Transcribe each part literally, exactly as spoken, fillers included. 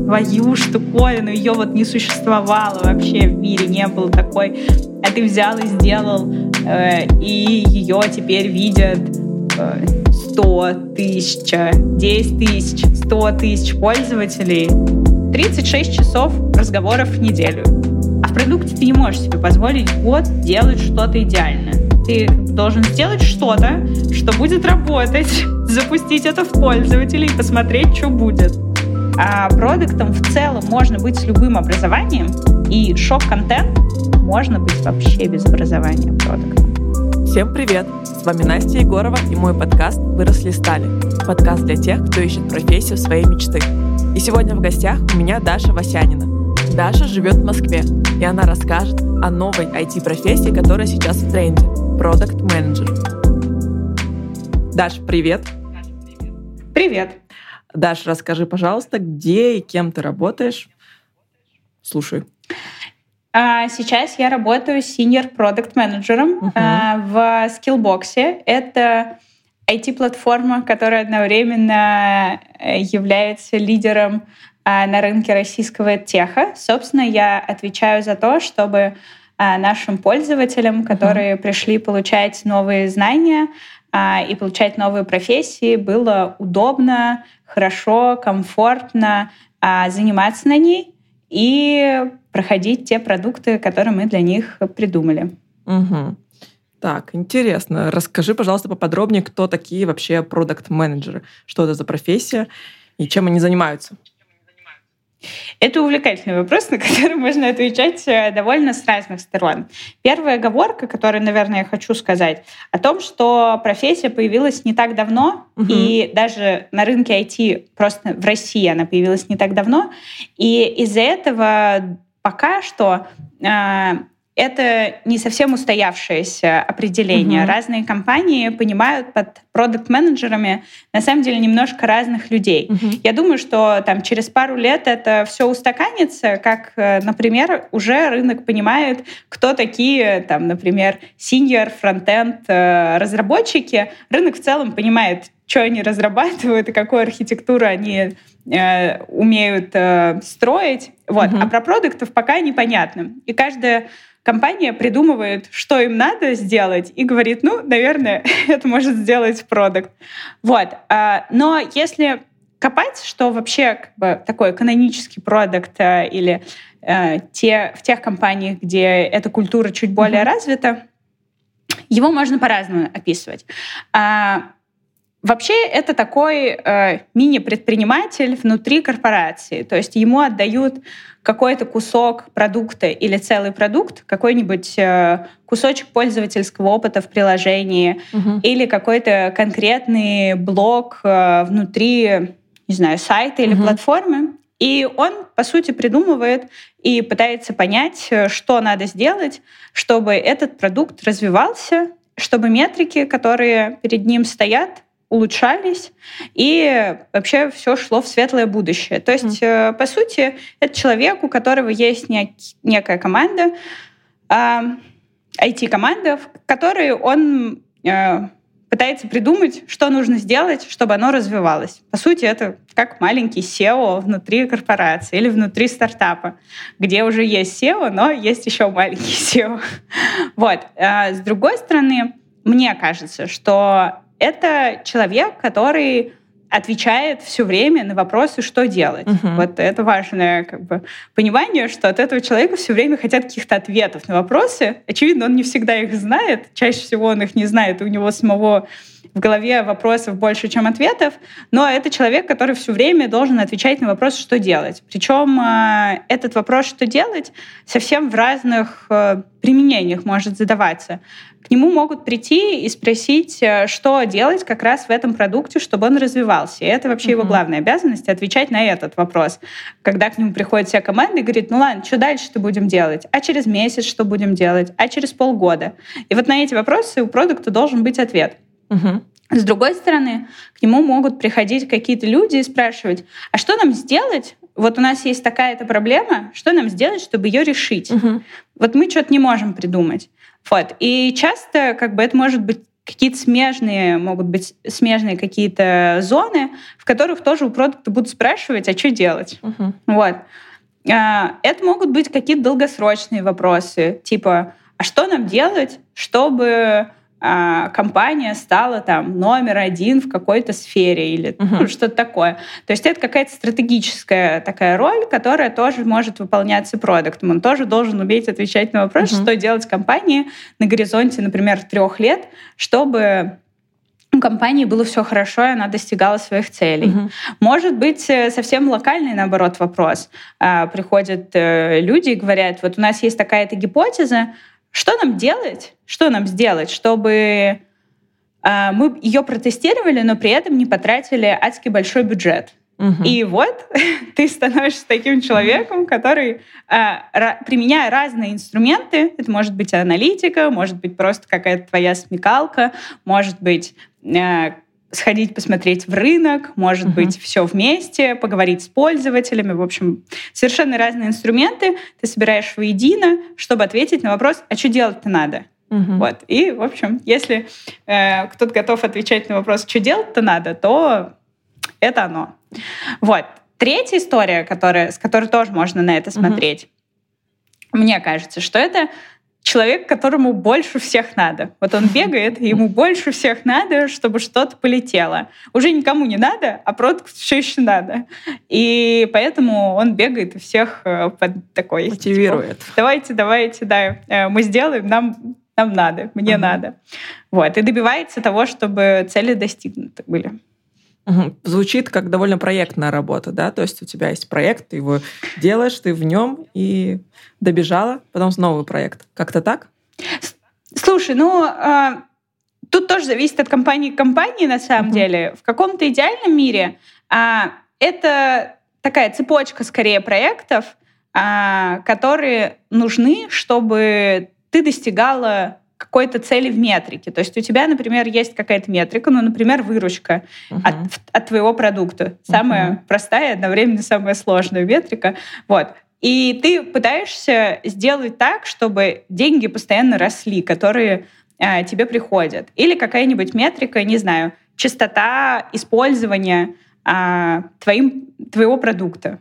свою штуковину, ее вот не существовало вообще в мире, не было такой, а ты взял и сделал, э, и ее теперь видят э, сто тысяч, десять тысяч, сто тысяч пользователей. тридцать шесть часов разговоров в неделю. А в продукте ты не можешь себе позволить год делать что-то идеальное. Ты должен сделать что-то, что будет работать, запустить это в пользователей и посмотреть, что будет. А продуктом в целом можно быть с любым образованием, и шок-контент можно быть вообще без образования продуктом. Всем привет! С вами Настя Егорова и мой подкаст «Выросли стали». Подкаст для тех, кто ищет профессию своей мечты. И сегодня в гостях у меня Даша Васянина. Даша живет в Москве, и она расскажет о новой ай ти-профессии, которая сейчас в тренде – продакт-менеджер. Даш, привет! Привет! Даш, расскажи, пожалуйста, где и кем ты работаешь? Слушай. Сейчас я работаю senior продакт-менеджером uh-huh. в Skillbox. Это ай ти-платформа, которая одновременно является лидером на рынке российского теха. Собственно, я отвечаю за то, чтобы нашим пользователям, которые uh-huh. пришли получать новые знания и получать новые профессии, было удобно, хорошо, комфортно заниматься на ней и проходить те продукты, которые мы для них придумали. Угу. Так, интересно. Расскажи, пожалуйста, поподробнее, кто такие вообще продакт-менеджеры, что это за профессия и чем они занимаются. Это увлекательный вопрос, на который можно отвечать довольно с разных сторон. Первая оговорка, которую, наверное, я хочу сказать, о том, что профессия появилась не так давно, угу. и даже на рынке ай ти, просто в России она появилась не так давно, и из-за этого пока что э, это не совсем устоявшееся определение. Uh-huh. Разные компании понимают под продакт-менеджерами на самом деле немножко разных людей. Uh-huh. Я думаю, что там, через пару лет это все устаканится, как, например, уже рынок понимает, кто такие, там, например, senior фронтенд разработчики. Рынок в целом понимает, что они разрабатывают и какую архитектуру они э, умеют э, строить. Вот. Uh-huh. А про продуктов пока непонятно. И каждая компания придумывает, что им надо сделать, и говорит, ну, наверное, это может сделать продукт. Вот. Но если копать, что вообще как бы такой канонический продукт или э, те, в тех компаниях, где эта культура чуть более mm-hmm. развита, его можно по-разному описывать. Вообще это такой э, мини-предприниматель внутри корпорации. То есть ему отдают какой-то кусок продукта или целый продукт, какой-нибудь э, кусочек пользовательского опыта в приложении угу. или какой-то конкретный блок э, внутри, не знаю, сайта или угу. платформы. И он, по сути, придумывает и пытается понять, что надо сделать, чтобы этот продукт развивался, чтобы метрики, которые перед ним стоят, улучшались, и вообще все шло в светлое будущее. То есть, mm. по сути, это человек, у которого есть нек- некая команда, э, ай ти-команда, в которой он э, пытается придумать, что нужно сделать, чтобы оно развивалось. По сути, это как маленький сео внутри корпорации или внутри стартапа, где уже есть сео, но есть еще маленький сео. Вот. А с другой стороны, мне кажется, что это человек, который отвечает все время на вопросы, что делать. Uh-huh. Вот это важное как бы понимание, что от этого человека все время хотят каких-то ответов на вопросы. Очевидно, он не всегда их знает. Чаще всего он их не знает, и у него самого в голове вопросов больше, чем ответов. Но это человек, который все время должен отвечать на вопрос, что делать. Причем э, этот вопрос, что делать, совсем в разных э, применениях может задаваться. К нему могут прийти и спросить, что делать как раз в этом продукте, чтобы он развивался. И это вообще mm-hmm. его главная обязанность — отвечать на этот вопрос. Когда к нему приходит вся команда и говорит, ну ладно, что дальше-то будем делать? А через месяц что будем делать? А через полгода? И вот на эти вопросы у продукта должен быть ответ. Mm-hmm. С другой стороны, к нему могут приходить какие-то люди и спрашивать, а что нам сделать? Вот у нас есть такая-то проблема, что нам сделать, чтобы ее решить? Mm-hmm. Вот мы что-то не можем придумать. Вот. И часто как бы это может быть какие-то смежные, могут быть смежные какие-то зоны, в которых тоже у продукта будут спрашивать, а что делать. Uh-huh. Вот. Это могут быть какие-то долгосрочные вопросы, типа, а что нам делать, чтобы компания стала там номер один в какой-то сфере или uh-huh. ну, что-то такое. То есть это какая-то стратегическая такая роль, которая тоже может выполняться продуктом. Он тоже должен уметь отвечать на вопрос, uh-huh. что делать компании на горизонте, например, трех лет, чтобы у компании было все хорошо, и она достигала своих целей. Uh-huh. Может быть, совсем локальный, наоборот, вопрос. Приходят люди и говорят, вот у нас есть такая-то гипотеза, что нам делать, что нам сделать, чтобы э, мы ее протестировали, но при этом не потратили адски большой бюджет. Угу. И вот ты становишься таким человеком, который, э, ра- применяя разные инструменты, это может быть аналитика, может быть просто какая-то твоя смекалка, может быть э, сходить посмотреть в рынок, может uh-huh. быть, все вместе, поговорить с пользователями. В общем, совершенно разные инструменты ты собираешь воедино, чтобы ответить на вопрос, а что делать-то надо? Uh-huh. Вот. И, в общем, если э, кто-то готов отвечать на вопрос, что делать-то надо, то это оно. Вот. Третья история, которая, с которой тоже можно на это смотреть, uh-huh. мне кажется, что это человек, которому больше всех надо. Вот он бегает, и ему больше всех надо, чтобы что-то полетело. Уже никому не надо, а продукту все еще надо. И поэтому он бегает и всех под такой... Мотивирует. Типа, давайте, давайте, да, мы сделаем, нам, нам надо, мне uh-huh. надо. Вот. И добивается того, чтобы цели достигнуты были. Угу. Звучит как довольно проектная работа, да? То есть у тебя есть проект, ты его делаешь, ты в нем и добежала, потом новый проект. Как-то так? Слушай, ну, э, тут тоже зависит от компании к компании, на самом uh-huh. деле. В каком-то идеальном мире э, это такая цепочка, скорее, проектов, э, которые нужны, чтобы ты достигала какой-то цели в метрике. То есть у тебя, например, есть какая-то метрика, ну, например, выручка uh-huh. от, от твоего продукта. Самая uh-huh. простая, одновременно самая сложная метрика. Вот. И ты пытаешься сделать так, чтобы деньги постоянно росли, которые э, тебе приходят. Или какая-нибудь метрика, не знаю, частота использования э, твоим, твоего продукта.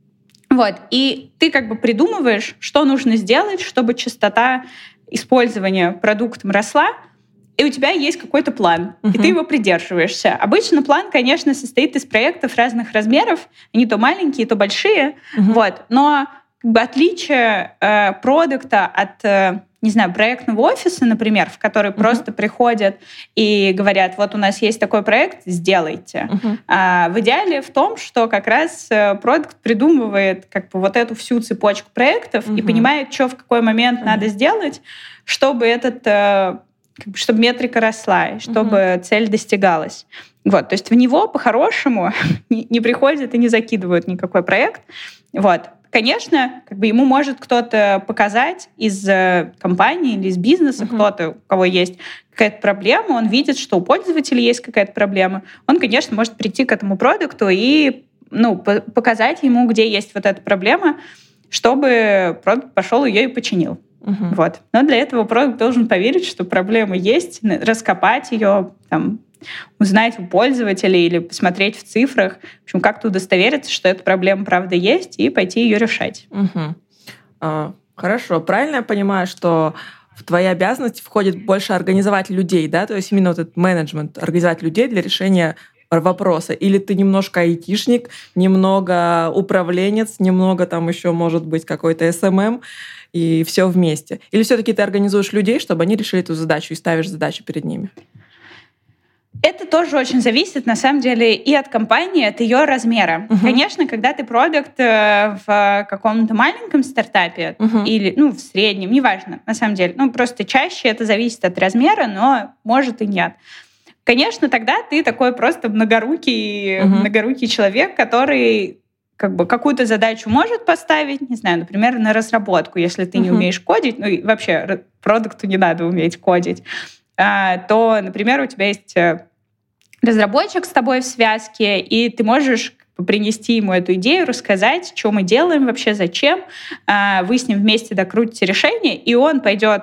Вот. И ты как бы придумываешь, что нужно сделать, чтобы частота использования продуктом росла, и у тебя есть какой-то план, uh-huh. и ты его придерживаешься. Обычно план, конечно, состоит из проектов разных размеров, они то маленькие, то большие, uh-huh. вот. Но как бы отличие э, продукта от, э, не знаю, проектного офиса, например, в который uh-huh. просто приходят и говорят, вот у нас есть такой проект, сделайте. Uh-huh. А в идеале в том, что как раз продукт придумывает как бы вот эту всю цепочку проектов uh-huh. и понимает, что в какой момент uh-huh. надо сделать, чтобы этот... Э, чтобы метрика росла, и чтобы uh-huh. цель достигалась. Вот, то есть в него по-хорошему не, не приходят и не закидывают никакой проект. Вот. Конечно, как бы ему может кто-то показать из компании или из бизнеса, uh-huh. кто-то, у кого есть какая-то проблема, он видит, что у пользователя есть какая-то проблема, он, конечно, может прийти к этому продукту и ну, показать ему, где есть вот эта проблема, чтобы продукт пошел ее и починил. Uh-huh. Вот. Но для этого продукт должен поверить, что проблема есть, раскопать ее, там, узнать у пользователей или посмотреть в цифрах, в общем, как-то удостовериться, что эта проблема правда есть, и пойти ее решать. Uh-huh. А, хорошо. Правильно я понимаю, что в твои обязанности входит больше организовать людей, да? То есть именно вот этот менеджмент, организовать людей для решения вопроса? Или ты немножко айтишник, немного управленец, немного там еще может быть какой-то эс эм эм, и все вместе? Или все-таки ты организуешь людей, чтобы они решили эту задачу и ставишь задачу перед ними? Это тоже очень зависит, на самом деле, и от компании, от ее размера. Uh-huh. Конечно, когда ты продакт в каком-то маленьком стартапе uh-huh. или ну, в среднем, неважно, на самом деле, ну просто чаще это зависит от размера, но может и нет. Конечно, тогда ты такой просто многорукий, uh-huh. многорукий человек, который как бы какую-то задачу может поставить, не знаю, например, на разработку, если ты uh-huh. не умеешь кодить, ну и вообще продукту не надо уметь кодить, то, например, у тебя есть разработчик с тобой в связке, и ты можешь принести ему эту идею, рассказать, что мы делаем вообще, зачем, вы с ним вместе докрутите решение, и он пойдет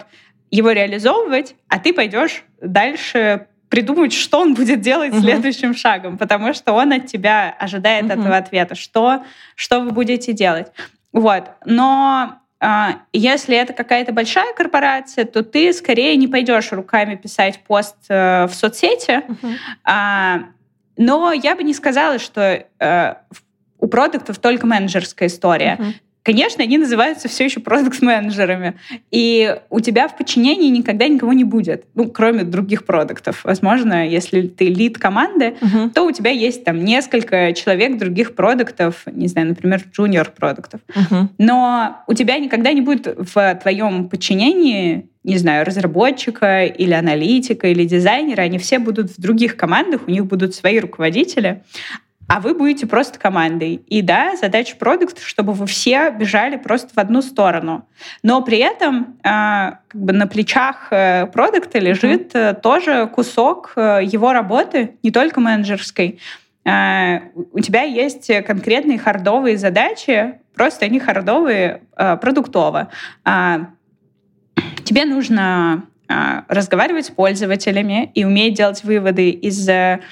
его реализовывать, а ты пойдешь дальше придумать, что он будет делать uh-huh. следующим шагом, потому что он от тебя ожидает uh-huh. этого ответа, что, что вы будете делать. Вот. Но э, если это какая-то большая корпорация, то ты скорее не пойдешь руками писать пост э, в соцсети. Uh-huh. А, но я бы не сказала, что э, у продуктов только менеджерская история. Uh-huh. Конечно, они называются все еще продакт-менеджерами, и у тебя в подчинении никогда никого не будет, ну, кроме других продуктов. Возможно, если ты лид команды, uh-huh. то у тебя есть там несколько человек других продуктов, не знаю, например, джуниор-продуктов. Uh-huh. Но у тебя никогда не будет в твоем подчинении, не знаю, разработчика или аналитика или дизайнера. Они все будут в других командах, у них будут свои руководители, а вы будете просто командой. И да, задача продукта, чтобы вы все бежали просто в одну сторону. Но при этом э, как бы на плечах э, продукта лежит э, тоже кусок э, его работы, не только менеджерской. Э, у тебя есть конкретные хардовые задачи, просто они хардовые э, продуктово. Э, тебе нужно э, разговаривать с пользователями и уметь делать выводы из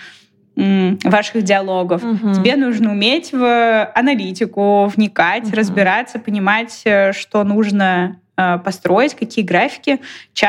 ваших диалогов. Угу. Тебе нужно уметь в аналитику вникать, угу. разбираться, понимать, что нужно э, построить, какие графики.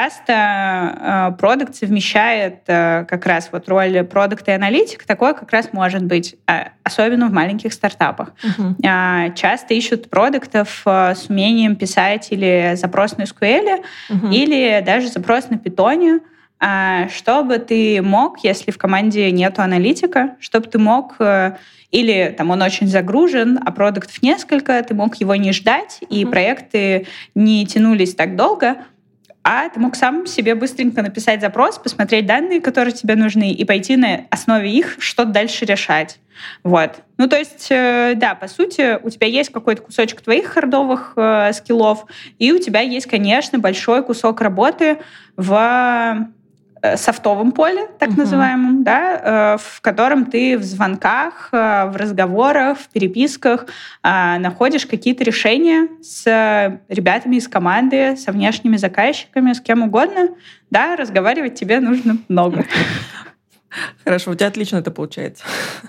Часто продукт э, совмещает э, как раз вот роль продукта и аналитика. Такое как раз может быть, э, особенно в маленьких стартапах. Угу. Э, часто ищут продуктов э, с умением писать или запрос на эс ку эль, угу. или даже запрос на питоне, чтобы ты мог, если в команде нету аналитика, чтобы ты мог, или там он очень загружен, а продуктов несколько, ты мог его не ждать, и mm-hmm. проекты не тянулись так долго, а ты мог сам себе быстренько написать запрос, посмотреть данные, которые тебе нужны, и пойти на основе их что-то дальше решать. Вот. Ну, то есть, да, по сути, у тебя есть какой-то кусочек твоих хардовых э, скиллов, и у тебя есть, конечно, большой кусок работы в софтовом поле, так uh-huh. называемом, да, в котором ты в звонках, в разговорах, в переписках находишь какие-то решения с ребятами из команды, со внешними заказчиками, с кем угодно. Да, разговаривать тебе нужно много. Хорошо, у тебя отлично это получается.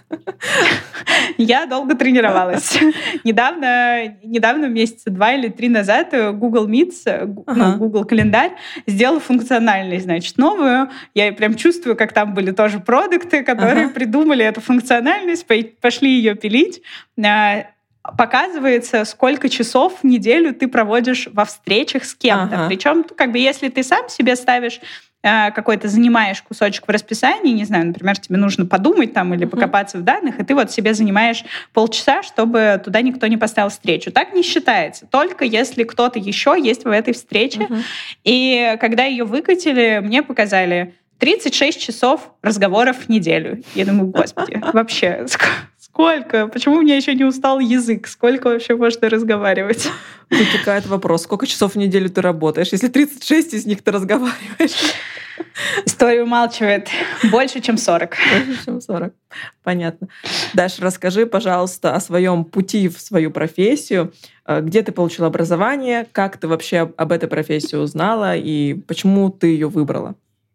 Я долго тренировалась. Недавно, недавно, месяца два или три назад, Google Meet, ага. ну, Google календарь сделал функциональность, значит, новую. Я прям чувствую, как там были тоже продукты, которые ага. придумали эту функциональность, пошли ее пилить. Показывается, сколько часов в неделю ты проводишь во встречах с кем-то. Ага. Причем, как бы, если ты сам себе ставишь какой-то, занимаешь кусочек в расписании, не знаю, например, тебе нужно подумать там или покопаться uh-huh. в данных, и ты вот себе занимаешь полчаса, чтобы туда никто не поставил встречу. Так не считается. Только если кто-то еще есть в этой встрече. Uh-huh. И когда ее выкатили, мне показали тридцать шесть часов разговоров в неделю. Я думаю, господи, вообще... Сколько? Почему у меня еще не устал язык? Сколько вообще можно разговаривать? Вытекает вопрос, сколько часов в неделю ты работаешь, если тридцать шесть из них ты разговариваешь? История умалчивает. Больше, чем сорок. Больше, чем сорок. Понятно. Даша, расскажи, пожалуйста, о своем пути в свою профессию. Где ты получила образование? Как ты вообще об этой профессии узнала? И почему ты ее выбрала?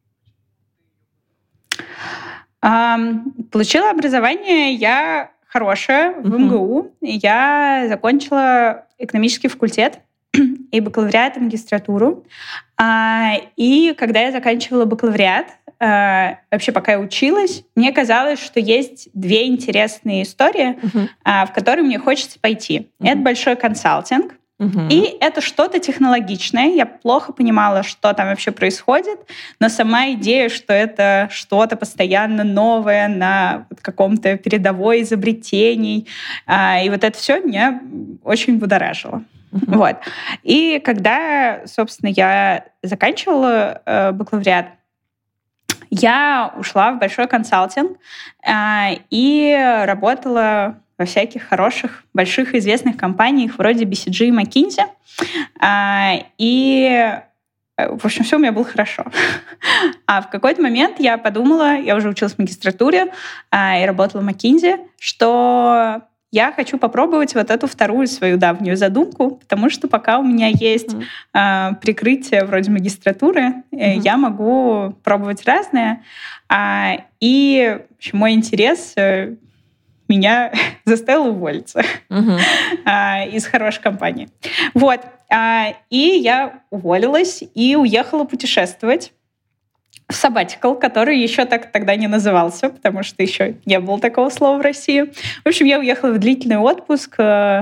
Получила образование я хорошее в эм гэ у. Я закончила экономический факультет и бакалавриат, и магистратуру. И когда я заканчивала бакалавриат, вообще пока я училась, мне казалось, что есть две интересные истории, uh-huh. в которые мне хочется пойти. Uh-huh. Это большой консалтинг. Uh-huh. И это что-то технологичное. Я плохо понимала, что там вообще происходит, но сама идея, что это что-то постоянно новое на каком-то передовой изобретений, и вот это все меня очень будоражило. Uh-huh. Вот. И когда, собственно, я заканчивала э, бакалавриат, я ушла в большой консалтинг э, и работала во всяких хороших, больших известных компаниях вроде би си джи и McKinsey. Э, и, в общем, все у меня было хорошо. А в какой-то момент я подумала, я уже училась в магистратуре э, и работала в McKinsey, что я хочу попробовать вот эту вторую свою давнюю задумку, потому что пока у меня есть mm-hmm. э, прикрытие вроде магистратуры, э, mm-hmm. я могу пробовать разное. А, и в общем, мой интерес э, меня заставил уволиться mm-hmm. а, из хорошей компании. Вот. А, и я уволилась и уехала путешествовать в sabbatical, который еще так тогда не назывался, потому что еще не было такого слова в России. В общем, я уехала в длительный отпуск э,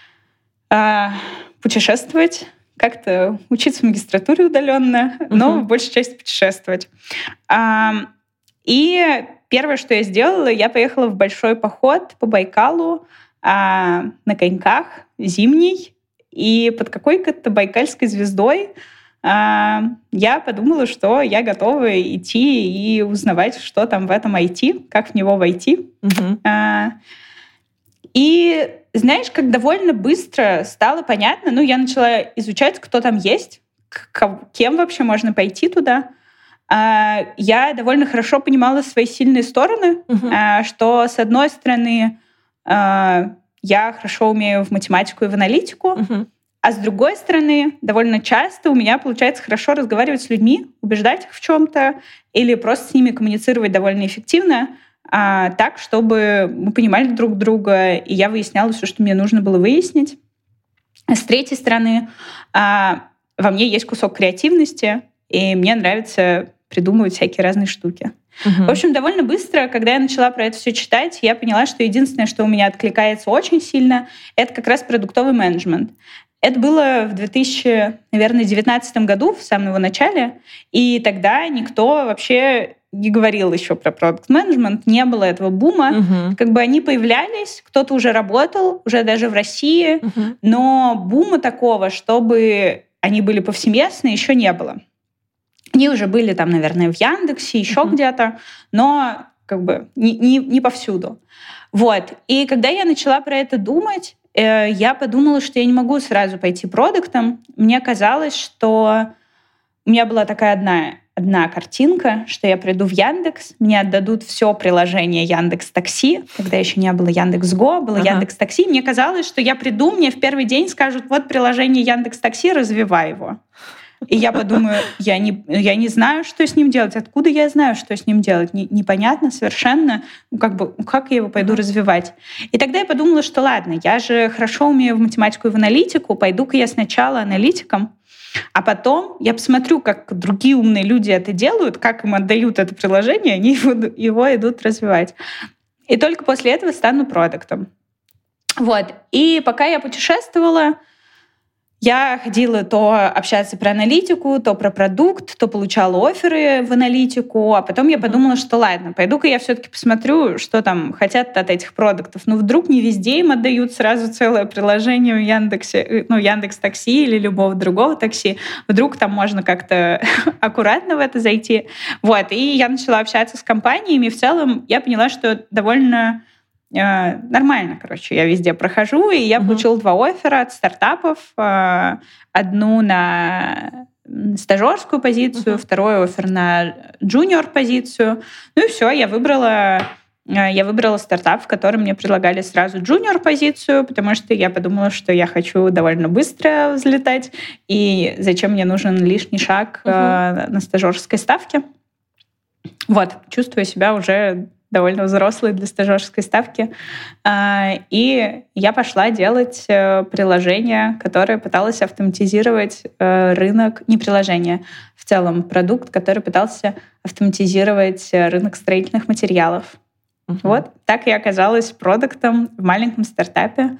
э, путешествовать, как-то учиться в магистратуре удаленно, uh-huh. но в большей части путешествовать. А, и первое, что я сделала, я поехала в большой поход по Байкалу а, на коньках, зимний, и под какой-то байкальской звездой я подумала, что я готова идти и узнавать, что там в этом ай ти, как в него войти. Uh-huh. И знаешь, как довольно быстро стало понятно, ну, я начала изучать, кто там есть, к кем вообще можно пойти туда. Я довольно хорошо понимала свои сильные стороны, uh-huh. что, с одной стороны, я хорошо умею в математику и в аналитику, uh-huh. А с другой стороны, довольно часто у меня получается хорошо разговаривать с людьми, убеждать их в чем-то или просто с ними коммуницировать довольно эффективно, а, так, чтобы мы понимали друг друга, и я выясняла все, что мне нужно было выяснить. А с третьей стороны, а, во мне есть кусок креативности, и мне нравится придумывать всякие разные штуки. Uh-huh. В общем, довольно быстро, когда я начала про это все читать, я поняла, что единственное, что у меня откликается очень сильно, это как раз продуктовый менеджмент. Это было в две тысячи девятнадцатом году, в самом его начале, и тогда никто вообще не говорил еще про продукт-менеджмент, не было этого бума. Uh-huh. Как бы они появлялись, кто-то уже работал, уже даже в России, uh-huh. но бума такого, чтобы они были повсеместны, еще не было. Они уже были там, наверное, в Яндексе, еще uh-huh. где-то, но как бы не, не, не повсюду. Вот. И когда я начала про это думать, я подумала, что я не могу сразу пойти продуктом. Мне казалось, что у меня была такая одна, одна картинка, что я приду в Яндекс, мне отдадут все приложение Яндекс.Такси, когда еще не было Яндекс.Го, было ага. Яндекс.Такси. Мне казалось, что я приду, мне в первый день скажут, вот приложение Яндекс.Такси, развивай его. И я подумаю, я не, я не знаю, что с ним делать. Откуда я знаю, что с ним делать? Не, непонятно совершенно, как бы, как я его пойду развивать. И тогда я подумала, что ладно, я же хорошо умею в математику и в аналитику, пойду-ка я сначала аналитиком, а потом я посмотрю, как другие умные люди это делают, как им отдают это приложение, они его, его идут развивать. И только после этого стану продуктом. Вот. И пока я путешествовала, я ходила то общаться про аналитику, то про продукт, то получала офферы в аналитику, а потом я подумала, что ладно, пойду-ка я все-таки посмотрю, что там хотят от этих продуктов. Ну, вдруг не везде им отдают сразу целое приложение в Яндексе, ну, Яндекс.Такси или любого другого такси. Вдруг там можно как-то аккуратно в это зайти. Вот, и я начала общаться с компаниями, и в целом я поняла, что довольно нормально, короче, я везде прохожу, и я uh-huh. получила два оффера от стартапов. Одну на стажерскую позицию, uh-huh. второй оффер на джуниор-позицию. Ну и все, я выбрала, я выбрала стартап, в котором мне предлагали сразу джуниор-позицию, потому что я подумала, что я хочу довольно быстро взлетать, и зачем мне нужен лишний шаг uh-huh. на стажерской ставке. Вот, чувствую себя уже довольно взрослый для стажерской ставки. И я пошла делать приложение, которое пыталось автоматизировать рынок, не приложение, в целом продукт, который пытался автоматизировать рынок строительных материалов. Uh-huh. Вот так я оказалась продуктом в маленьком стартапе,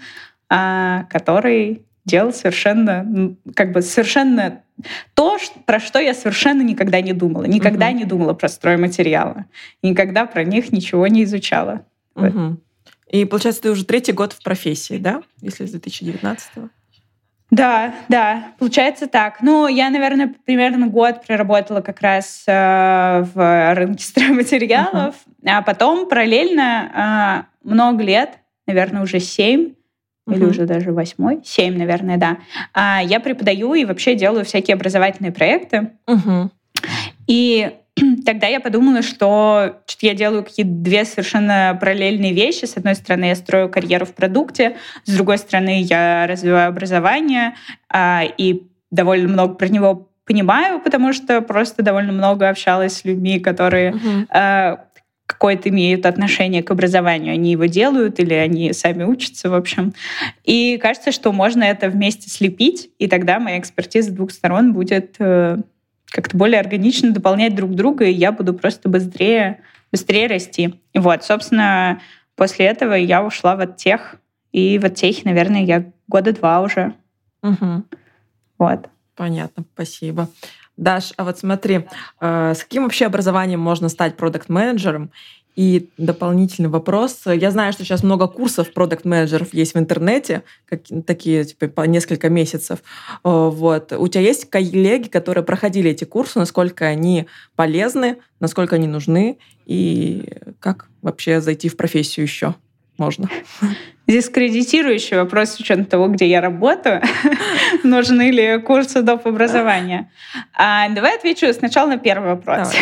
который делал совершенно, как бы совершенно то, про что я совершенно никогда не думала. Никогда uh-huh. не думала про стройматериалы. Никогда про них ничего не изучала. Uh-huh. Вот. И, получается, ты уже третий год в профессии, да? Если с две тысячи девятнадцатого? Да, да, получается так. Ну, я, наверное, примерно год проработала как раз э, в рынке стройматериалов, uh-huh. а потом параллельно э, много лет, наверное, уже семь, или uh-huh. уже даже восьмой, семь, наверное, да. А я преподаю и вообще делаю всякие образовательные проекты. Uh-huh. И тогда я подумала, что я делаю какие-то две совершенно параллельные вещи. С одной стороны, я строю карьеру в продукте, с другой стороны, я развиваю образование и довольно много про него понимаю, потому что просто довольно много общалась с людьми, которые uh-huh. какое-то имеют отношение к образованию. Они его делают или они сами учатся, в общем. И кажется, что можно это вместе слепить, и тогда моя экспертиза с двух сторон будет как-то более органично дополнять друг друга, и я буду просто быстрее, быстрее расти. И вот, собственно, после этого я ушла в оттех, и в оттехе, наверное, я года два уже. Угу. Вот. Понятно, спасибо. Даш, а вот смотри, э, с каким вообще образованием можно стать продакт-менеджером? И дополнительный вопрос. Я знаю, что сейчас много курсов продакт-менеджеров есть в интернете, как, такие типа, по несколько месяцев. Вот. У тебя есть коллеги, которые проходили эти курсы, насколько они полезны, насколько они нужны, и как вообще зайти в профессию еще можно? Дискредитирующий вопрос с учетом того, где я работаю. Нужны ли курсы доп. Образования? Давай отвечу сначала на первый вопрос.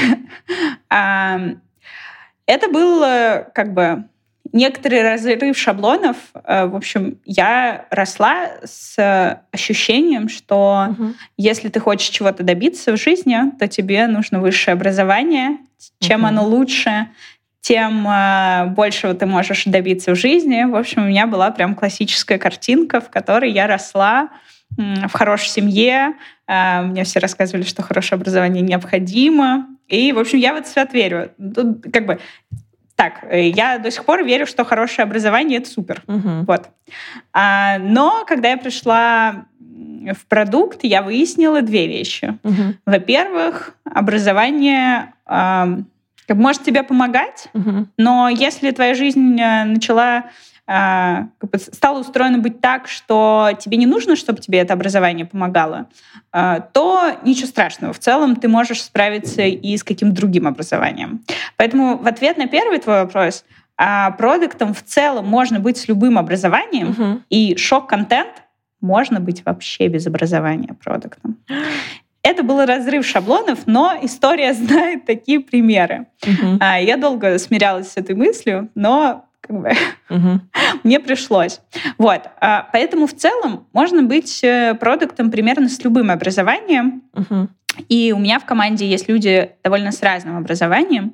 Это был как бы некоторый разрыв шаблонов. В общем, я росла с ощущением, что угу. если ты хочешь чего-то добиться в жизни, то тебе нужно высшее образование. Чем угу. оно лучше, тем большего ты можешь добиться в жизни. В общем, у меня была прям классическая картинка, в которой я росла в хорошей семье. Мне все рассказывали, что хорошее образование необходимо. И, в общем, я в это свято верю. Тут как бы так, я до сих пор верю, что хорошее образование — это супер. Uh-huh. Вот. А, но когда я пришла в продукт, я выяснила две вещи. Uh-huh. Во-первых, образование а, как бы может тебе помогать, uh-huh. но если твоя жизнь начала как бы стало устроено быть так, что тебе не нужно, чтобы тебе это образование помогало, то ничего страшного. В целом ты можешь справиться и с каким-то другим образованием. Поэтому в ответ на первый твой вопрос, продуктом в целом можно быть с любым образованием, uh-huh. и шок-контент можно быть вообще без образования продуктом. Это был разрыв шаблонов, но история знает такие примеры. Uh-huh. Я долго смирялась с этой мыслью, но как бы uh-huh. мне пришлось. Вот. Поэтому в целом можно быть продуктом примерно с любым образованием. Uh-huh. И у меня в команде есть люди довольно с разным образованием.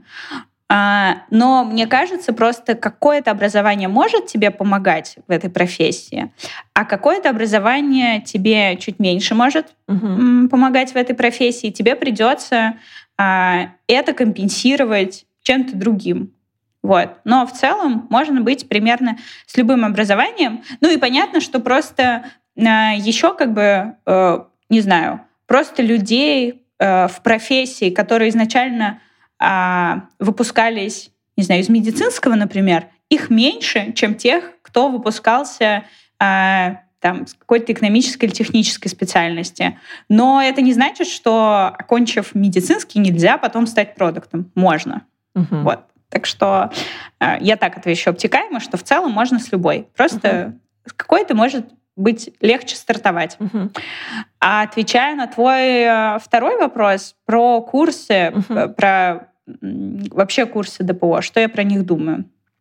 Но мне кажется, просто какое-то образование может тебе помогать в этой профессии, а какое-то образование тебе чуть меньше может uh-huh. помогать в этой профессии. Тебе придется это компенсировать чем-то другим. Вот. Но в целом можно быть примерно с любым образованием. Ну и понятно, что просто э, еще как бы, э, не знаю, просто людей э, в профессии, которые изначально э, выпускались, не знаю, из медицинского, например, их меньше, чем тех, кто выпускался э, там, с какой-то экономической или технической специальности. Но это не значит, что, окончив медицинский, нельзя потом стать продуктом. Можно. Uh-huh. Вот. Так что э, я так отвечу обтекаемо, что в целом можно с любой. Просто uh-huh. с какой-то может быть легче стартовать. Uh-huh. А отвечая на твой э, второй вопрос про курсы, uh-huh. про м, вообще курсы ДПО, что я про них думаю?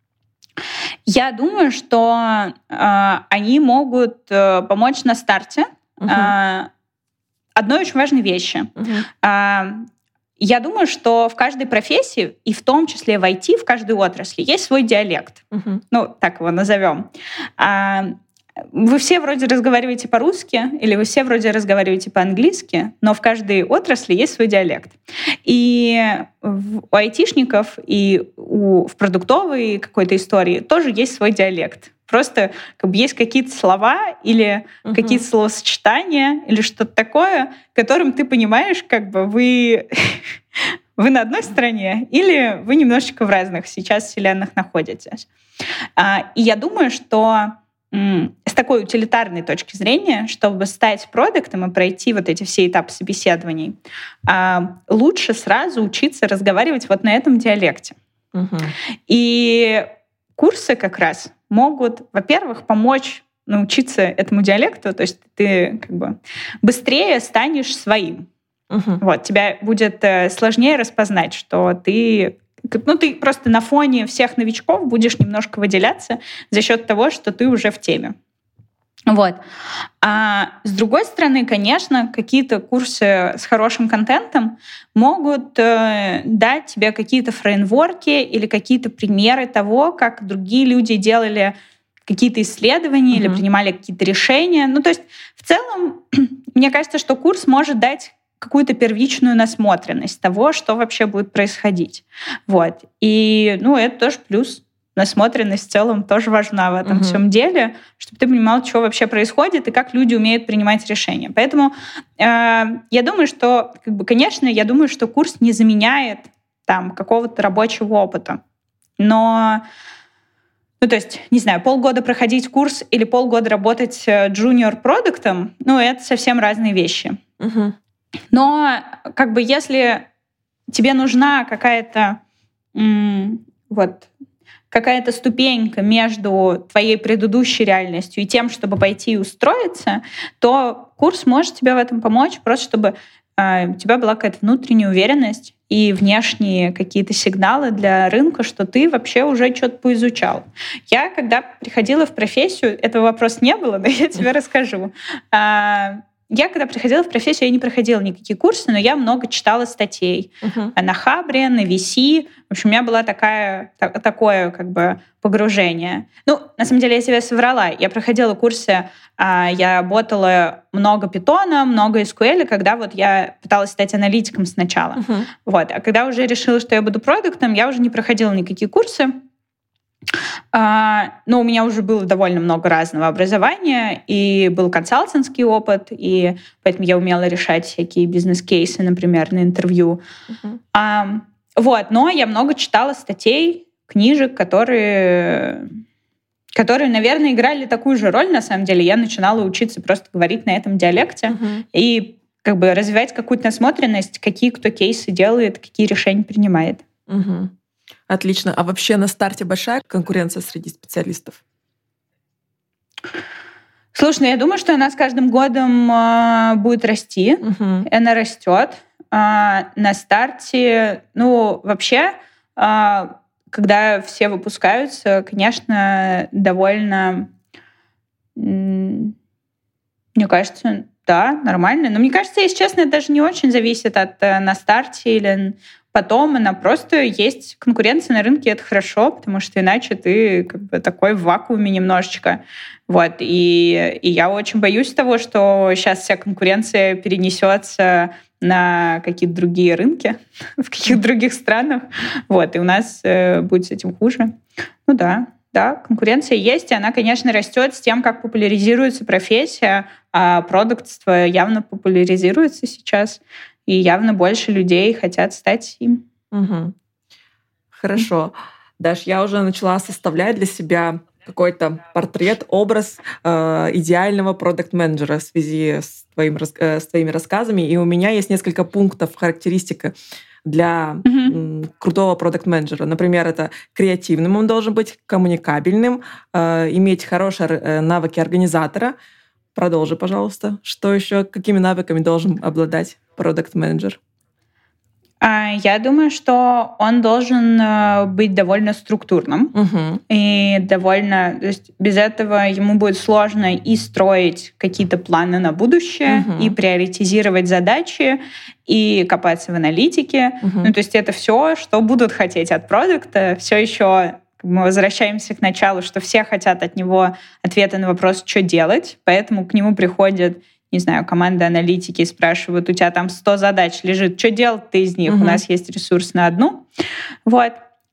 Я думаю, что э, они могут э, помочь на старте uh-huh. э, одной очень важной вещи. Uh-huh. Э, Я думаю, что в каждой профессии, и в том числе в ай ти, в каждой отрасли, есть свой диалект. Uh-huh. Ну, так его назовем. Вы все вроде разговариваете по-русски, или вы все вроде разговариваете по-английски, но в каждой отрасли есть свой диалект. И у айтишников, и у, в продуктовой какой-то истории тоже есть свой диалект. Просто как бы есть какие-то слова или uh-huh. какие-то словосочетания или что-то такое, которым ты понимаешь, как бы вы, вы на одной стороне или вы немножечко в разных сейчас вселенных находитесь. И я думаю, что с такой утилитарной точки зрения, чтобы стать продуктом и пройти вот эти все этапы собеседований, лучше сразу учиться разговаривать вот на этом диалекте. Uh-huh. И курсы как раз могут, во-первых, помочь научиться этому диалекту, то есть ты как бы быстрее станешь своим. Uh-huh. Вот, тебя будет сложнее распознать, что ты... Ну, ты просто на фоне всех новичков будешь немножко выделяться за счет того, что ты уже в теме. Вот. А с другой стороны, конечно, какие-то курсы с хорошим контентом могут э, дать тебе какие-то фреймворки или какие-то примеры того, как другие люди делали какие-то исследования mm-hmm. или принимали какие-то решения. Ну, то есть в целом, мне кажется, что курс может дать какую-то первичную насмотренность того, что вообще будет происходить. Вот. И, ну, это тоже плюс. Насмотренность в целом тоже важна в этом uh-huh. всем деле, чтобы ты понимал, что вообще происходит и как люди умеют принимать решения. Поэтому э, я думаю, что, как бы, конечно, я думаю, что курс не заменяет там какого-то рабочего опыта. Но, ну, то есть, не знаю, полгода проходить курс или полгода работать джуниор-продуктом, ну, это совсем разные вещи. Uh-huh. Но, как бы, если тебе нужна какая-то м- вот... какая-то ступенька между твоей предыдущей реальностью и тем, чтобы пойти и устроиться, то курс может тебе в этом помочь, просто чтобы э, у тебя была какая-то внутренняя уверенность и внешние какие-то сигналы для рынка, что ты вообще уже что-то поизучал. Я, когда приходила в профессию, этого вопроса не было, но я тебе расскажу. Я, когда приходила в профессию, я не проходила никакие курсы, но я много читала статей uh-huh. на Хабре, на ви си. В общем, у меня было такая, так, такое как бы погружение. Ну, на самом деле, я себе соврала. Я проходила курсы, я работала много питона, много эс ку эль, когда вот я пыталась стать аналитиком сначала. Uh-huh. Вот. А когда уже решила, что я буду продуктом, я уже не проходила никакие курсы. Но у меня уже было довольно много разного образования, и был консалтинский опыт, и поэтому я умела решать всякие бизнес-кейсы, например, на интервью. Uh-huh. А, вот, но я много читала статей, книжек, которые, которые, наверное, играли такую же роль, на самом деле. Я начинала учиться просто говорить на этом диалекте uh-huh. и как бы развивать какую-то насмотренность, какие кто кейсы делает, какие решения принимает. Uh-huh. Отлично. А вообще на старте большая конкуренция среди специалистов? Слушай, ну я думаю, что она с каждым годом э, будет расти. Uh-huh. Она растет. Э, на старте, ну, вообще, э, когда все выпускаются, конечно, довольно, э, мне кажется, да, нормально. Но мне кажется, если честно, это даже не очень зависит от э, на старте или потом. Она просто есть конкуренция на рынке, это хорошо, потому что иначе ты как бы такой в вакууме немножечко. Вот. И, и я очень боюсь того, что сейчас вся конкуренция перенесется на какие-то другие рынки, в каких-то других странах. Вот. И у нас э, будет с этим хуже. Ну да. Да, конкуренция есть, и она, конечно, растет с тем, как популяризируется профессия, а продуктство явно популяризируется сейчас, и явно больше людей хотят стать им. Угу. Хорошо. Даш, я уже начала составлять для себя какой-то портрет, образ э, идеального продакт-менеджера в связи с, твоим, э, с твоими рассказами, и у меня есть несколько пунктов, характеристика для mm-hmm. крутого продакт-менеджера. Например, это креативным он должен быть, коммуникабельным, э, иметь хорошие э, навыки организатора. Продолжи, пожалуйста. Что еще, какими навыками должен обладать продакт-менеджер? Я думаю, что он должен быть довольно структурным. Uh-huh. И довольно... То есть без этого ему будет сложно и строить какие-то планы на будущее, uh-huh. и приоритизировать задачи, и копаться в аналитике. Uh-huh. Ну, то есть это все, что будут хотеть от продукта. Все еще мы возвращаемся к началу, что все хотят от него ответа на вопрос, что делать. Поэтому к нему приходят, не знаю, команды аналитики и спрашивают, у тебя там сто задач лежит, что делать ты из них? Uh-huh. У нас есть ресурс на одну. Вот.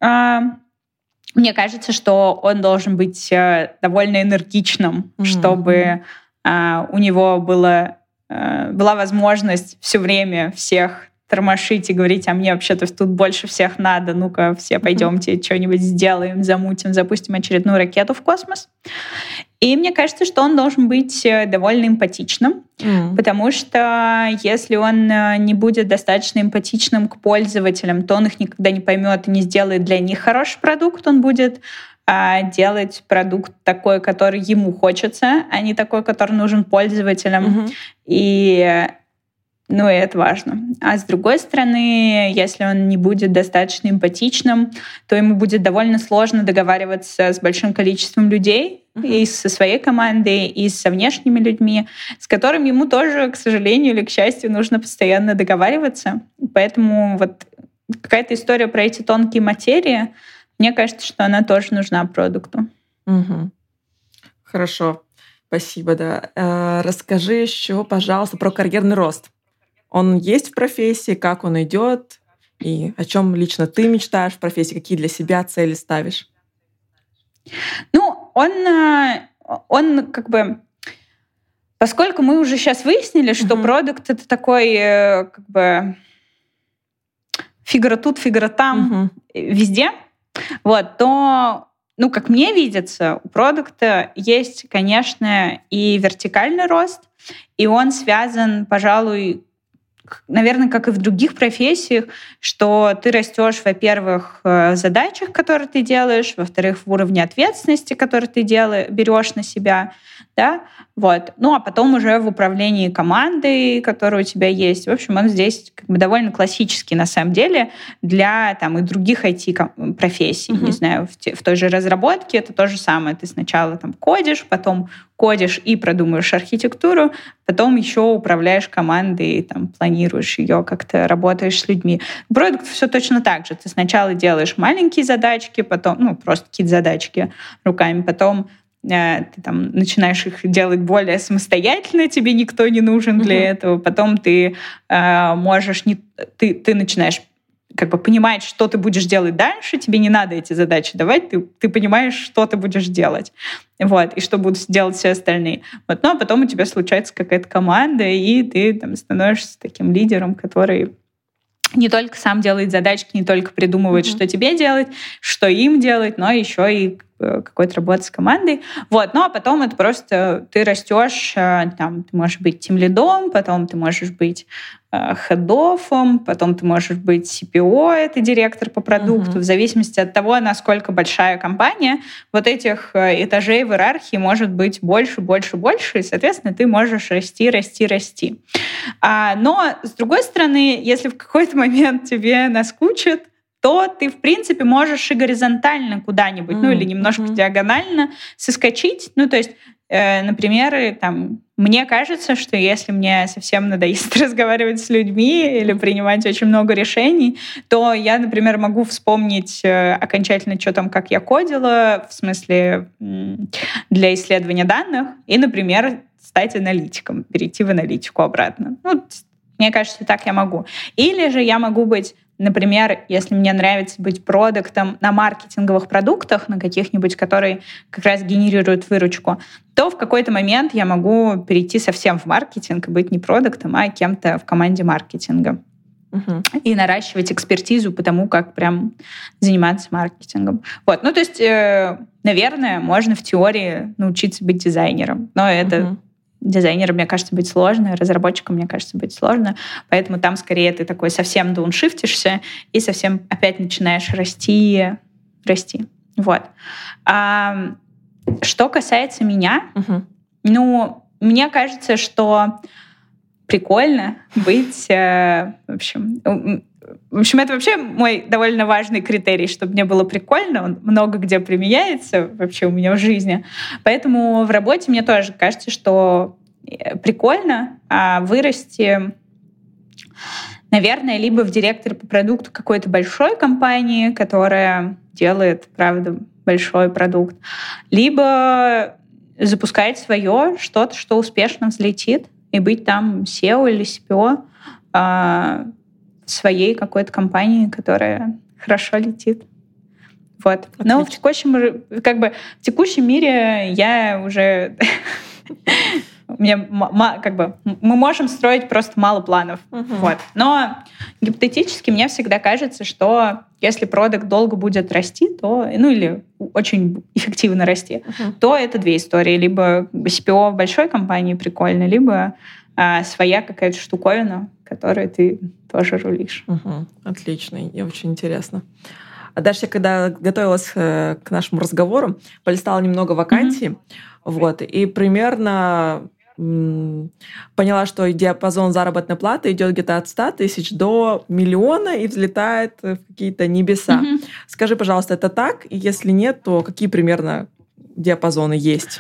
Мне кажется, что он должен быть довольно энергичным, uh-huh. чтобы у него было, была возможность все время всех тормошить и говорить, а мне вообще-то тут больше всех надо, ну-ка все пойдемте uh-huh. что-нибудь сделаем, замутим, запустим очередную ракету в космос. И мне кажется, что он должен быть довольно эмпатичным, mm. потому что если он не будет достаточно эмпатичным к пользователям, то он их никогда не поймет и не сделает для них хороший продукт. Он будет а, делать продукт такой, который ему хочется, а не такой, который нужен пользователям. Mm-hmm. И Ну, и это важно. А с другой стороны, если он не будет достаточно эмпатичным, то ему будет довольно сложно договариваться с большим количеством людей, uh-huh. и со своей командой, и со внешними людьми, с которыми ему тоже, к сожалению или к счастью, нужно постоянно договариваться. Поэтому вот какая-то история про эти тонкие материи, мне кажется, что она тоже нужна продукту. Uh-huh. Хорошо. Спасибо, да. Э, расскажи еще, пожалуйста, про карьерный рост. Он есть в профессии, как он идет, и о чем лично ты мечтаешь в профессии, какие для себя цели ставишь? Ну, он, он как бы... Поскольку мы уже сейчас выяснили, что uh-huh. продукт — это такой как бы фигура тут, фигура там, uh-huh. везде, вот, то... Ну, как мне видится, у продукта есть, конечно, и вертикальный рост, и он связан, пожалуй, наверное, как и в других профессиях, что ты растешь, во-первых, в задачах, которые ты делаешь, во-вторых, в уровне ответственности, который ты делаешь, берешь на себя, да, вот. Ну, а потом уже в управлении командой, которая у тебя есть. В общем, он здесь как бы довольно классический, на самом деле, для там и других ай ти-профессий. Uh-huh. Не знаю, в, те, в той же разработке это то же самое. Ты сначала там кодишь, потом кодишь и продумываешь архитектуру, потом еще управляешь командой, там, планируешь ее, как-то работаешь с людьми. В продукте все точно так же. Ты сначала делаешь маленькие задачки, потом, ну, просто какие-то задачки руками, потом ты там начинаешь их делать более самостоятельно, тебе никто не нужен для uh-huh. этого. Потом ты э, можешь... Не, ты, ты начинаешь как бы понимать, что ты будешь делать дальше, тебе не надо эти задачи давать, ты, ты понимаешь, что ты будешь делать, вот, и что будут делать все остальные. Вот. Ну, а потом у тебя случается какая-то команда, и ты там становишься таким лидером, который не только сам делает задачки, не только придумывает, mm-hmm. что тебе делать, что им делать, но еще и какой-то работа с командой. Вот. Ну, а потом это просто ты растешь, там, ты можешь быть тимлидом, потом ты можешь быть хедофом, потом ты можешь быть си пи о, это директор по продукту. Uh-huh. В зависимости от того, насколько большая компания, вот этих этажей в иерархии может быть больше, больше, больше, и, соответственно, ты можешь расти, расти, расти. А, но, с другой стороны, если в какой-то момент тебе наскучит, то ты, в принципе, можешь и горизонтально куда-нибудь, mm-hmm. ну или немножко mm-hmm. диагонально соскочить. Ну, то есть, э, например, там, мне кажется, что если мне совсем надоест разговаривать с людьми или принимать очень много решений, то я, например, могу вспомнить э, окончательно, что там, как я кодила, в смысле м- для исследования данных, и, например, стать аналитиком, перейти в аналитику обратно. Ну, мне кажется, так я могу. Или же я могу быть, например, если мне нравится быть продуктом на маркетинговых продуктах, на каких-нибудь, которые как раз генерируют выручку, то в какой-то момент я могу перейти совсем в маркетинг и быть не продуктом, а кем-то в команде маркетинга. Uh-huh. И наращивать экспертизу по тому, как прям заниматься маркетингом. Вот. Ну, то есть, э, наверное, можно в теории научиться быть дизайнером, но это... Uh-huh. Дизайнером, мне кажется, быть сложно, разработчиком, мне кажется, быть сложно. Поэтому там скорее ты такой совсем дауншифтишься и совсем опять начинаешь расти, расти. Вот. А, что касается меня, uh-huh. ну, мне кажется, что прикольно быть, э, в общем... В общем, это вообще мой довольно важный критерий, чтобы мне было прикольно. Он много где применяется вообще у меня в жизни. Поэтому в работе мне тоже кажется, что прикольно вырасти, наверное, либо в директоре по продукту какой-то большой компании, которая делает, правда, большой продукт, либо запускать свое, что-то, что успешно взлетит, и быть там си и о или си пи о, своей какой-то компании, которая хорошо летит. Вот. Отлично. Но в текущем, как бы, в текущем мире я уже... Мне, как бы, мы можем строить просто мало планов. Uh-huh. Вот. Но гипотетически мне всегда кажется, что если продакт долго будет расти, то, ну или очень эффективно расти, uh-huh. то это две истории. Либо си пи о в большой компании прикольно, либо а, своя какая-то штуковина, которой ты тоже рулишь. Угу. Отлично, и очень интересно. А дальше я, когда готовилась к нашему разговору, полистала немного вакансий, mm-hmm. вот, и примерно поняла, что диапазон заработной платы идет где-то от ста тысяч до миллиона и взлетает в какие-то небеса. Mm-hmm. Скажи, пожалуйста, это так? И если нет, то какие примерно диапазоны есть?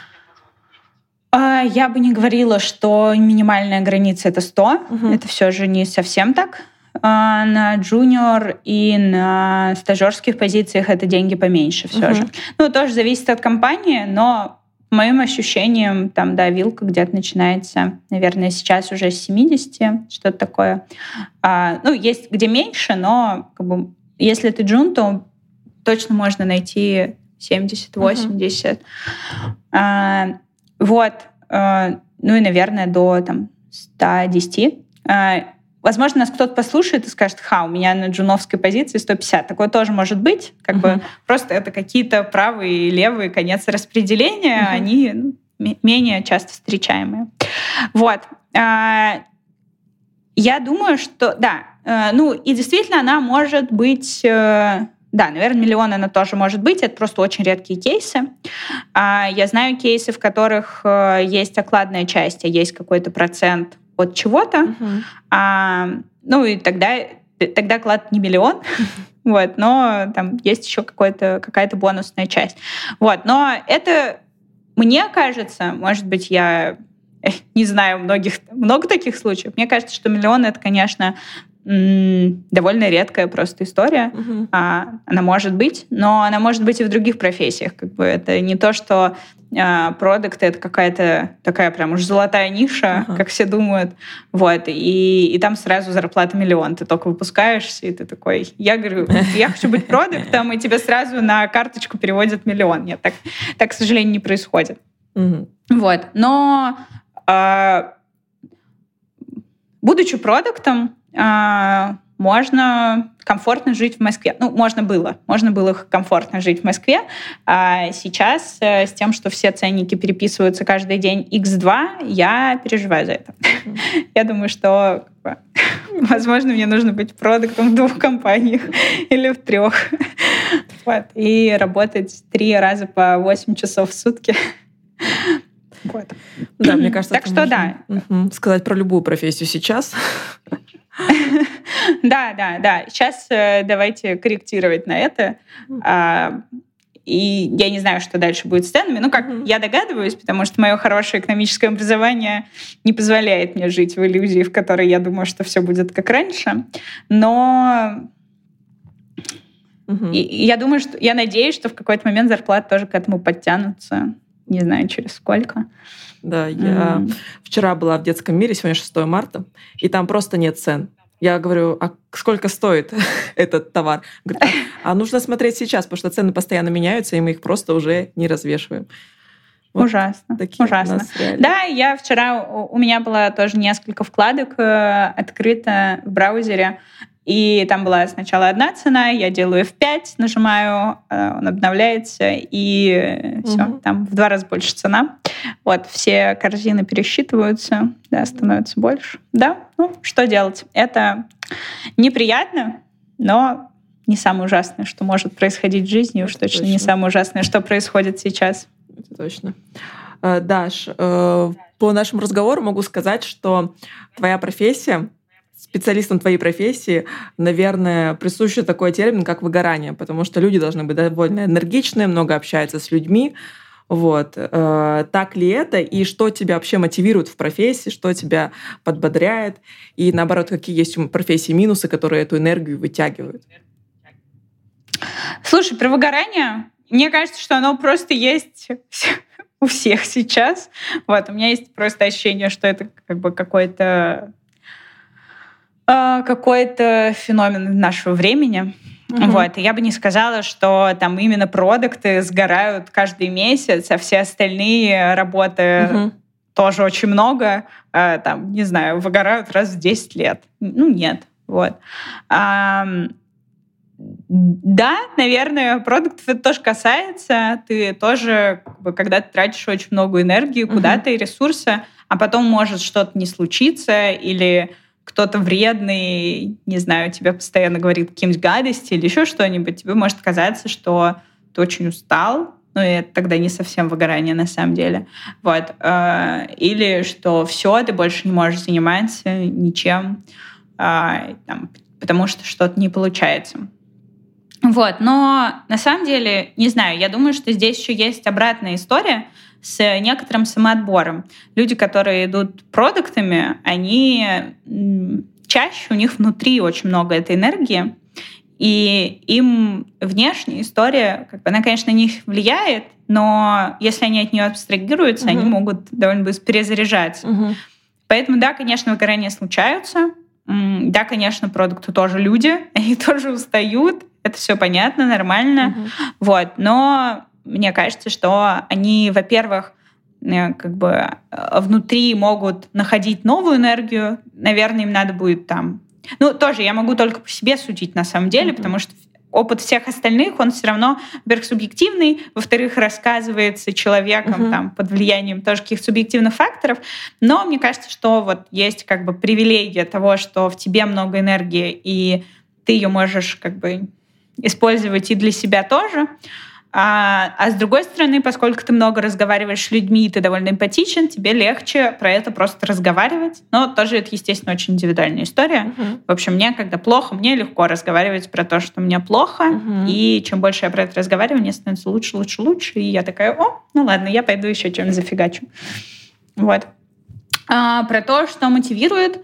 Я бы не говорила, что минимальная граница — это сто. Uh-huh. Это все же не совсем так. На джуниор и на стажерских позициях это деньги поменьше все uh-huh. же. Ну, тоже зависит от компании, но по моим ощущениям, там, да, вилка где-то начинается, наверное, сейчас уже с семидесяти, что-то такое. А, ну, есть где меньше, но как бы, если ты джун, то точно можно найти семьдесят-восемьдесят. Uh-huh. А, вот. А, ну и, наверное, до там, сто десять. А, возможно, нас кто-то послушает и скажет: ха, у меня на джуновской позиции сто пятьдесят. Такое тоже может быть. Как uh-huh. бы просто это какие-то правые и левые конец распределения, uh-huh. они ну, м- менее часто встречаемые. Вот. А, я думаю, что да. А, ну и действительно она может быть... Да, наверное, миллион она тоже может быть. Это просто очень редкие кейсы. Я знаю кейсы, в которых есть окладная часть, а есть какой-то процент от чего-то. Uh-huh. А, ну и тогда, тогда оклад не миллион, вот, но там есть еще какой-то, какая-то бонусная часть. Вот, но это, мне кажется, может быть, я не знаю многих, много таких случаев. Мне кажется, что миллион — это, конечно, довольно редкая просто история. Uh-huh. А, она может быть, но она может быть и в других профессиях. Как бы это не то, что а, продукт — это какая-то такая прям уж золотая ниша, uh-huh. как все думают. Вот. И, и там сразу зарплата миллион. Ты только выпускаешься, и ты такой... Я говорю, я хочу быть продуктом, и тебе сразу на карточку переводят миллион. Нет, так, так к сожалению, не происходит. Uh-huh. Вот. Но а, будучи продуктом, можно комфортно жить в Москве. Ну, можно было. Можно было комфортно жить в Москве. А сейчас с тем, что все ценники переписываются каждый день икс два, я переживаю за это. Mm-hmm. Я думаю, что, возможно, мне нужно быть продуктом в двух компаниях или в трех. Вот. И работать три раза по восемь часов в сутки. Вот. Да, мне кажется, так что да. Угу. Сказать про любую профессию сейчас. Да, да, да. Сейчас э, давайте корректировать на это. А, и я не знаю, что дальше будет с ценами. Ну, как mm-hmm. я догадываюсь, потому что мое хорошее экономическое образование не позволяет мне жить в иллюзии, в которой я думаю, что все будет как раньше. Но mm-hmm. и, и я думаю, что я надеюсь, что в какой-то момент зарплаты тоже к этому подтянутся. Не знаю, через сколько. Да, я mm. вчера была в детском мире, сегодня шестое марта, и там просто нет цен. Я говорю, а сколько стоит этот товар? Говорит, а, а нужно смотреть сейчас, потому что цены постоянно меняются, и мы их просто уже не развешиваем. Вот ужасно, ужасно. Да, я вчера, у меня было тоже несколько вкладок открыто в браузере, и там была сначала одна цена, я делаю эф пять, нажимаю, он обновляется, и все, угу. там в два раза больше цена. Вот, все корзины пересчитываются, да, становится больше. Да, ну, что делать? Это неприятно, но не самое ужасное, что может происходить в жизни, и уж точно, точно не самое ужасное, что происходит сейчас. Это точно. Даш, по нашему разговору могу сказать, что твоя профессия, специалистам твоей профессии, наверное, присущий такой термин, как выгорание, потому что люди должны быть довольно энергичные, много общаются с людьми. Вот. Так ли это? И что тебя вообще мотивирует в профессии? Что тебя подбодряет? И наоборот, какие есть у профессии минусы, которые эту энергию вытягивают? Слушай, про выгорание, мне кажется, что оно просто есть у всех сейчас. Вот. У меня есть просто ощущение, что это как бы какой-то какой-то феномен нашего времени. Uh-huh. Вот. И я бы не сказала, что там именно продукты сгорают каждый месяц, а все остальные работы uh-huh. тоже очень много, там, не знаю, выгорают раз в десять лет. Ну, нет. Вот. А, да, наверное, продуктов это тоже касается. Ты тоже, как бы, когда ты тратишь очень много энергии куда-то uh-huh. и ресурса, а потом может что-то не случиться, или кто-то вредный, не знаю, тебе постоянно говорит какие-нибудь гадости или еще что-нибудь, тебе может казаться, что ты очень устал, ну и это тогда не совсем выгорание на самом деле. Вот. Или что все, ты больше не можешь заниматься ничем, там, потому что что-то не получается. Вот. Но на самом деле, не знаю, я думаю, что здесь еще есть обратная история с некоторым самоотбором. Люди, которые идут продуктами, они чаще, у них внутри очень много этой энергии, и им внешняя история, как бы, она, конечно, на них влияет, но если они от нее абстрагируются, угу. они могут довольно быстро перезаряжаться. Угу. Поэтому, да, конечно, выгорания случаются. Да, конечно, продукты тоже люди, они тоже устают. Это все понятно, нормально. Угу. Вот. Но мне кажется, что они, во-первых, как бы внутри могут находить новую энергию. Наверное, им надо будет там... Ну, тоже я могу только по себе судить на самом деле, mm-hmm. потому что опыт всех остальных, он все равно, во-первых, субъективный, во-вторых, рассказывается человеком mm-hmm. там, под влиянием тоже каких-то субъективных факторов. Но мне кажется, что вот есть как бы привилегия того, что в тебе много энергии, и ты ее можешь как бы использовать и для себя тоже. А, а с другой стороны, поскольку ты много разговариваешь с людьми, ты довольно эмпатичен, тебе легче про это просто разговаривать. Но тоже это, естественно, очень индивидуальная история. Uh-huh. В общем, мне, когда плохо, мне легко разговаривать про то, что мне плохо. Uh-huh. И чем больше я про это разговариваю, мне становится лучше, лучше, лучше. И я такая, о, ну ладно, я пойду еще чем-нибудь зафигачу. Вот. А, про то, что мотивирует.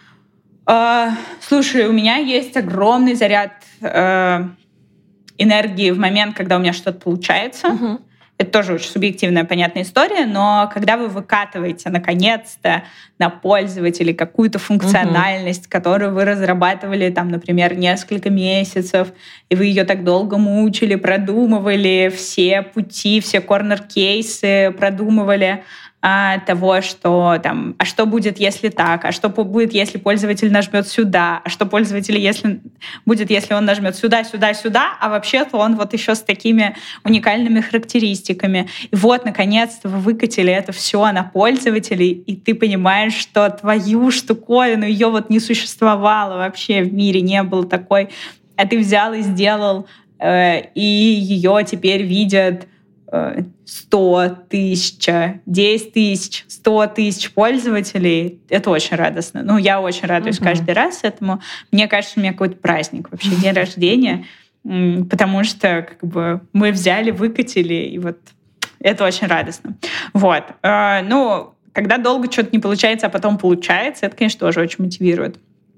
А, слушай, у меня есть огромный заряд... А, энергии в момент, когда у меня что-то получается. Uh-huh. Это тоже очень субъективная, понятная история, но когда вы выкатываете, наконец-то, на пользователей какую-то функциональность, uh-huh. которую вы разрабатывали, там, например, несколько месяцев, и вы ее так долго мучили, продумывали все пути, все корнер-кейсы, продумывали а, того, что там, а что будет, если так, а что будет, если пользователь нажмет сюда, а что пользователь если, будет, если он нажмет сюда, сюда, сюда, а вообще-то он вот еще с такими уникальными характеристиками. И вот, наконец-то, вы выкатили это все на пользователей, и ты понимаешь, что твою штуковину, ее вот не существовало вообще в мире, не было такой, а ты взял и сделал, э, и ее теперь видят сто тысяч, десять тысяч, сто тысяч пользователей. Это очень радостно. Ну, я очень радуюсь uh-huh. каждый раз этому. Мне кажется, у меня какой-то праздник вообще, день рождения, потому что как бы мы взяли, выкатили, и вот это очень радостно. Вот. Ну, когда долго что-то не получается, а потом получается, это, конечно, тоже очень мотивирует.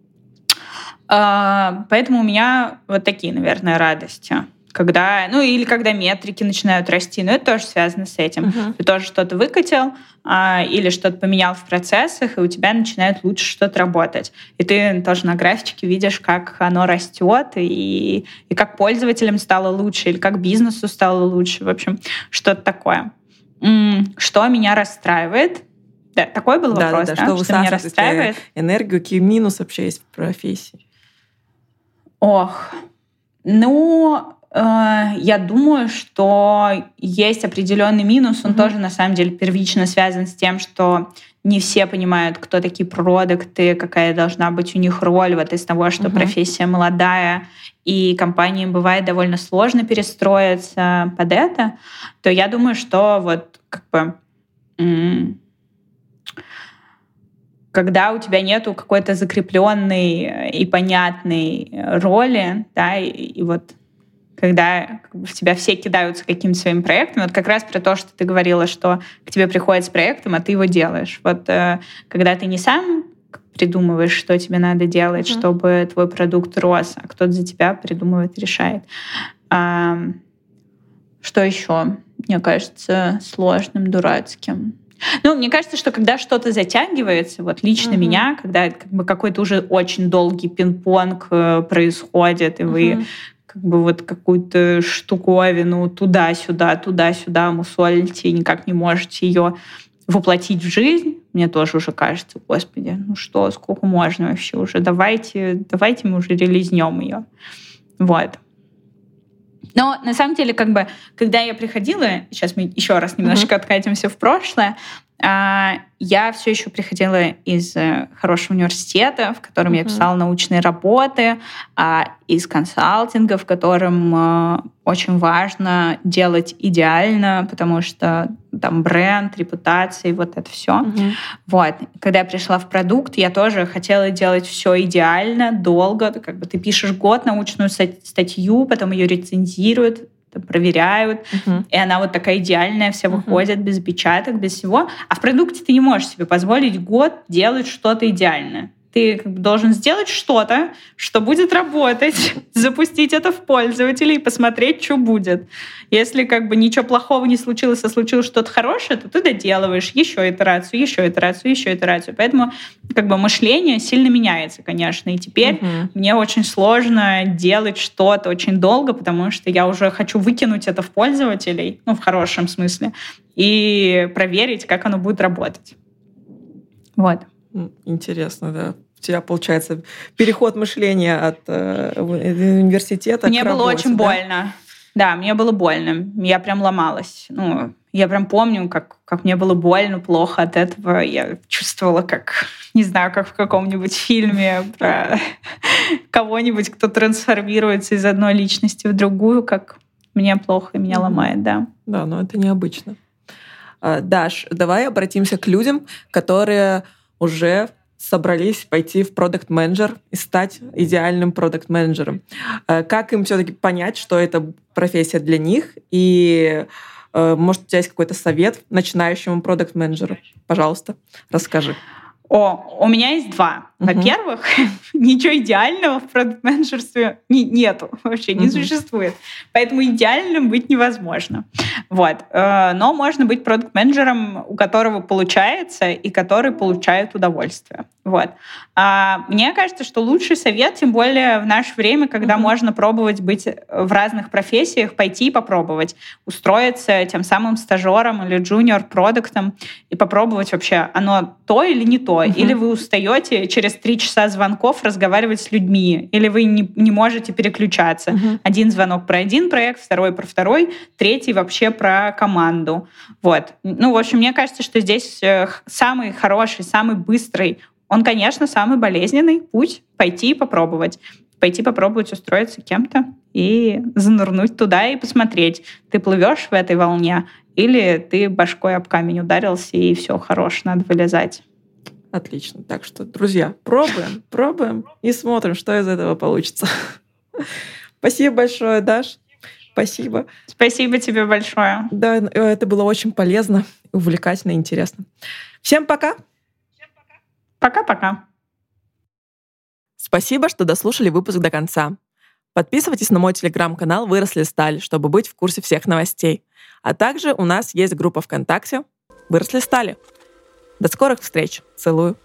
Поэтому у меня вот такие, наверное, радости. Когда, ну или когда метрики начинают расти, но это тоже связано с этим. Uh-huh. Ты тоже что-то выкатил а, или что-то поменял в процессах, и у тебя начинает лучше что-то работать. И ты тоже на графике видишь, как оно растет, и, и как пользователям стало лучше, или как бизнесу стало лучше. В общем, что-то такое. Что меня расстраивает? Да, такой был да, вопрос, да? да? Что, что меня расстраивает? Энергию, какие минусы вообще есть в профессии? Ох, ну... Я думаю, что есть определенный минус, он mm-hmm. тоже на самом деле первично связан с тем, что не все понимают, кто такие продукты, какая должна быть у них роль, вот из того, что mm-hmm. профессия молодая, и компаниям бывает довольно сложно перестроиться под это, то я думаю, что вот как бы м- когда у тебя нету какой-то закрепленной и понятной роли, да, и, и вот когда как бы, в тебя все кидаются каким-то своим проектом. Вот как раз про то, что ты говорила, что к тебе приходят с проектом, а ты его делаешь. Вот э, когда ты не сам придумываешь, что тебе надо делать, mm-hmm. чтобы твой продукт рос, а кто-то за тебя придумывает, решает. А, что еще? Мне кажется, сложным, дурацким. Ну, мне кажется, что когда что-то затягивается, вот лично uh-huh. меня, когда как бы какой-то уже очень долгий пинг-понг происходит, и uh-huh. вы как бы вот какую-то штуковину туда-сюда, туда-сюда мусолите и никак не можете ее воплотить в жизнь, мне тоже уже кажется, господи, ну что, сколько можно вообще уже, давайте, давайте мы уже релизнем ее. Вот. Но на самом деле, как бы, когда я приходила, сейчас мы еще раз немножко mm-hmm. откатимся в прошлое, я я все еще приходила из хорошего университета, в котором uh-huh. я писала научные работы, из консалтинга, в котором очень важно делать идеально, потому что там бренд, репутация, вот это все. Uh-huh. Вот. Когда я пришла в продукт, я тоже хотела делать все идеально, долго. Как бы ты пишешь год научную статью, потом ее рецензируют, проверяют, uh-huh. и она вот такая идеальная, вся uh-huh. выходит без опечаток, без всего. А в продукте ты не можешь себе позволить год делать что-то идеальное. Ты как бы должен сделать что-то, что будет работать, запустить это в пользователей и посмотреть, что будет. Если как бы ничего плохого не случилось, а случилось что-то хорошее, то ты доделываешь еще итерацию, еще итерацию, еще итерацию. Поэтому как бы мышление сильно меняется, конечно. И теперь uh-huh. мне очень сложно делать что-то очень долго, потому что я уже хочу выкинуть это в пользователей, ну, в хорошем смысле, и проверить, как оно будет работать. Вот. Интересно, да. У тебя, получается, переход мышления от э, университета мне к работе. Мне было очень да? больно. Да, мне было больно. Я прям ломалась. Ну, я прям помню, как, как мне было больно, плохо от этого. Я чувствовала, как, не знаю, как в каком-нибудь фильме про кого-нибудь, кто трансформируется из одной личности в другую, как мне плохо и меня ломает, да. Да, но это необычно. Даш, давай обратимся к людям, которые уже собрались пойти в продакт-менеджер и стать идеальным продакт-менеджером. Как им все-таки понять, что это профессия для них? И, может, у тебя есть какой-то совет начинающему продакт-менеджеру? Пожалуйста, расскажи. О, у меня есть два. Uh-huh. Во-первых, ничего идеального в продакт-менеджерстве не, нету, вообще не uh-huh. существует. Поэтому идеальным быть невозможно. Вот. Но можно быть продакт-менеджером, у которого получается и который получает удовольствие. Вот. А мне кажется, что лучший совет, тем более в наше время, когда uh-huh. можно пробовать быть в разных профессиях, пойти и попробовать. Устроиться тем самым стажером или джуниор-продуктом и попробовать вообще, оно то или не то. Uh-huh. Или вы устаете через три часа звонков разговаривать с людьми, или вы не, не можете переключаться. Uh-huh. Один звонок про один проект, второй про второй, третий вообще про команду. Вот. Ну, в общем, мне кажется, что здесь самый хороший, самый быстрый, он, конечно, самый болезненный путь — пойти и попробовать. Пойти попробовать устроиться кем-то и занырнуть туда и посмотреть, ты плывешь в этой волне или ты башкой об камень ударился и все, хорош, надо вылезать. Отлично. Так что, друзья, пробуем, пробуем и смотрим, что из этого получится. Спасибо большое, Даш. Спасибо. Спасибо тебе большое. Да, это было очень полезно, увлекательно и интересно. Всем пока. Пока-пока. Спасибо, что дослушали выпуск до конца. Подписывайтесь на мой телеграм-канал «Выросли стали», чтобы быть в курсе всех новостей. А также у нас есть группа ВКонтакте «Выросли стали». До скорых встреч. Целую.